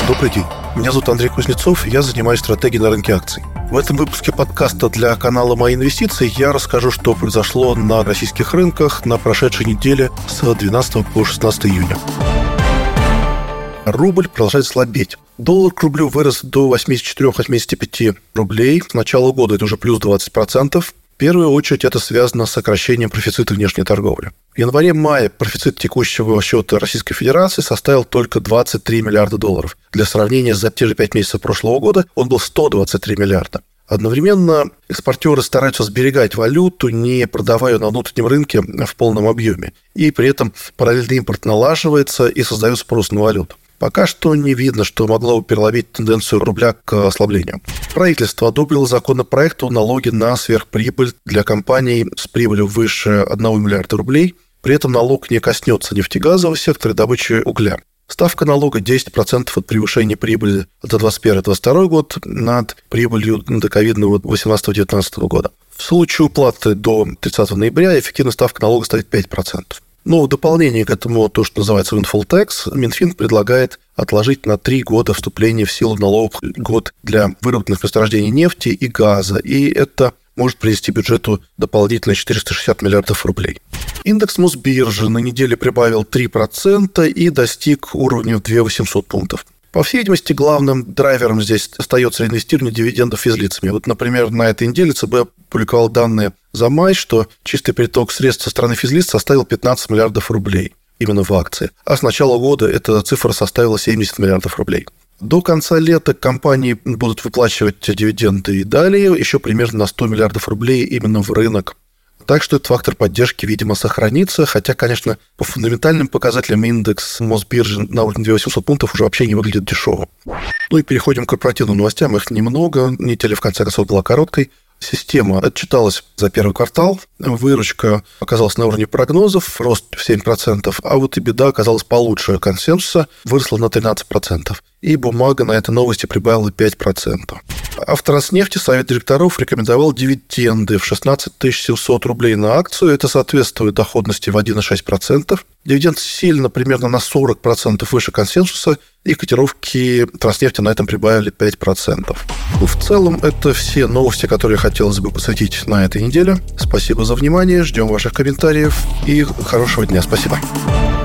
Добрый день. Меня зовут Андрей Кузнецов, и я занимаюсь стратегией на рынке акций. В этом выпуске подкаста для канала «Мои инвестиции» я расскажу, что произошло на российских рынках на прошедшей неделе с 12 по 16 июня. Рубль продолжает слабеть. Доллар к рублю вырос до 84-85 рублей. С начала года это уже плюс 20%. В первую очередь это связано с сокращением профицита внешней торговли. В январе-мае профицит текущего счета Российской Федерации составил только 23 миллиарда долларов. Для сравнения, за те же 5 месяцев прошлого года он был 123 миллиарда. Одновременно экспортеры стараются сберегать валюту, не продавая ее на внутреннем рынке в полном объеме. И при этом параллельный импорт налаживается и создает спрос на валюту. Пока что не видно, что могло бы переломить тенденцию рубля к ослаблению. Правительство одобрило законопроект о налоге на сверхприбыль для компаний с прибылью выше 1 миллиарда рублей. При этом налог не коснется нефтегазового сектора и добычи угля. Ставка налога 10% от превышения прибыли за 2021-2022 год над прибылью до ковидного 2018-2019 года. В случае уплаты до 30 ноября эффективная ставка налога станет 5%. Но в дополнение к этому, то, что называется windfall tax, Минфин предлагает отложить на 3 года вступление в силу налоговых льгот для выработанных месторождений нефти и газа. И это может принести бюджету дополнительно 460 миллиардов рублей. Индекс Мосбиржи на неделе прибавил 3% и достиг уровня в 2800 пунктов. По всей видимости, главным драйвером здесь остается реинвестирование дивидендов физлицами. Вот, например, на этой неделе ЦБ публиковал данные за май, что чистый приток средств со стороны физлиц составил 15 миллиардов рублей именно в акции. А с начала года эта цифра составила 70 миллиардов рублей. До конца лета компании будут выплачивать дивиденды и далее еще примерно на 100 миллиардов рублей именно в рынок. Так что этот фактор поддержки, видимо, сохранится, хотя, конечно, по фундаментальным показателям индекс Мосбиржи на уровне 2800 пунктов уже вообще не выглядит дешевым. Ну и переходим к корпоративным новостям, их немного, неделя в конце концов была короткой. Система отчиталась за первый квартал, выручка оказалась на уровне прогнозов, рост в 7%, а вот EBITDA оказалась получше консенсуса, выросла на 13%. И бумага на этой новости прибавила 5%. А в Транснефти совет директоров рекомендовал дивиденды в 16 700 рублей на акцию. Это соответствует доходности в 1,6%. Дивиденд сильно, примерно на 40% выше консенсуса, и котировки Транснефти на этом прибавили 5%. В целом, это все новости, которые хотелось бы посвятить на этой неделе. Спасибо за внимание, ждем ваших комментариев и хорошего дня. Спасибо.